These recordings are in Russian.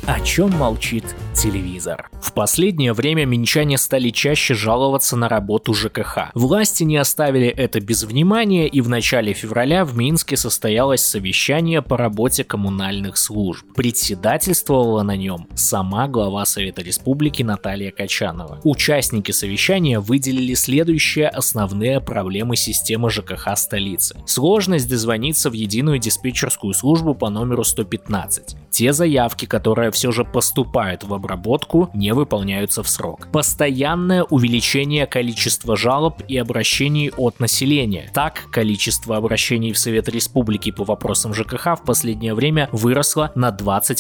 О чем молчит телевизор? В последнее время минчане стали чаще жаловаться на работу ЖКХ. Власти не оставили это без внимания, и в начале февраля в Минске состоялось совещание по работе коммунальных служб. Председательствовала на нем сама глава Совета Республики Наталья Качанова. Участники совещания выделили следующие основные проблемы системы ЖКХ столицы. Сложность дозвониться в единую диспетчерскую службу по номеру 115. Те заявки, которые все же поступают в обработку, не выполняются в срок. Постоянное увеличение количества жалоб и обращений от населения. Так, количество обращений в Совет Республики по вопросам ЖКХ в последнее время выросло на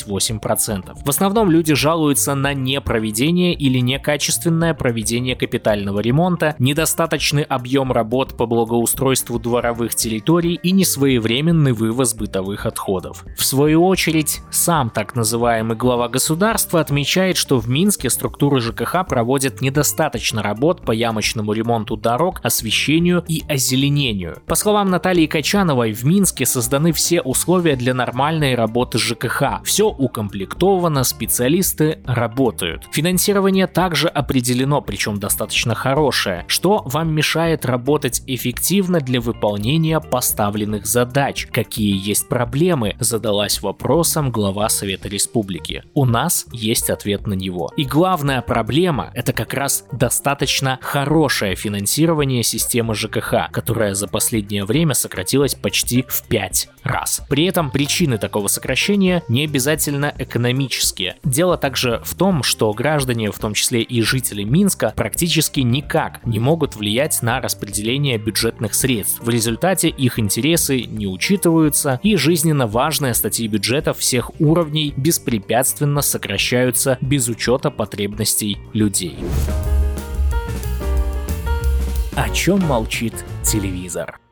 28%. В основном люди жалуются на непроведение или некачественное проведение капитального ремонта, недостаточный объем работ по благоустройству дворовых территорий и несвоевременный вывоз бытовых отходов. В свою очередь, сам так называемый глава государства отмечает, что в Минске структуры ЖКХ проводят недостаточно работ по ямочному ремонту дорог, освещению и озеленению. По словам Натальи Качановой, в Минске созданы все условия для нормальной работы ЖКХ. Все укомплектовано, специалисты работают. Финансирование также определено, причем достаточно хорошее. Что вам мешает работать эффективно для выполнения поставленных задач? Какие есть проблемы? Задалась вопросом глава Совета Республики. У нас есть ответ на него. И главная проблема — это как раз достаточно хорошее финансирование системы ЖКХ, которая за последнее время сократилась почти в 5 раз. При этом причины такого сокращения не обязательно экономические. Дело также в том, что граждане, в том числе и жители Минска, практически никак не могут влиять на распределение бюджетных средств. В результате их интересы не учитываются, и жизненно важные статьи бюджетов всех уровней беспрепятственно сокращаются без учета потребностей людей. О чем молчит телевизор?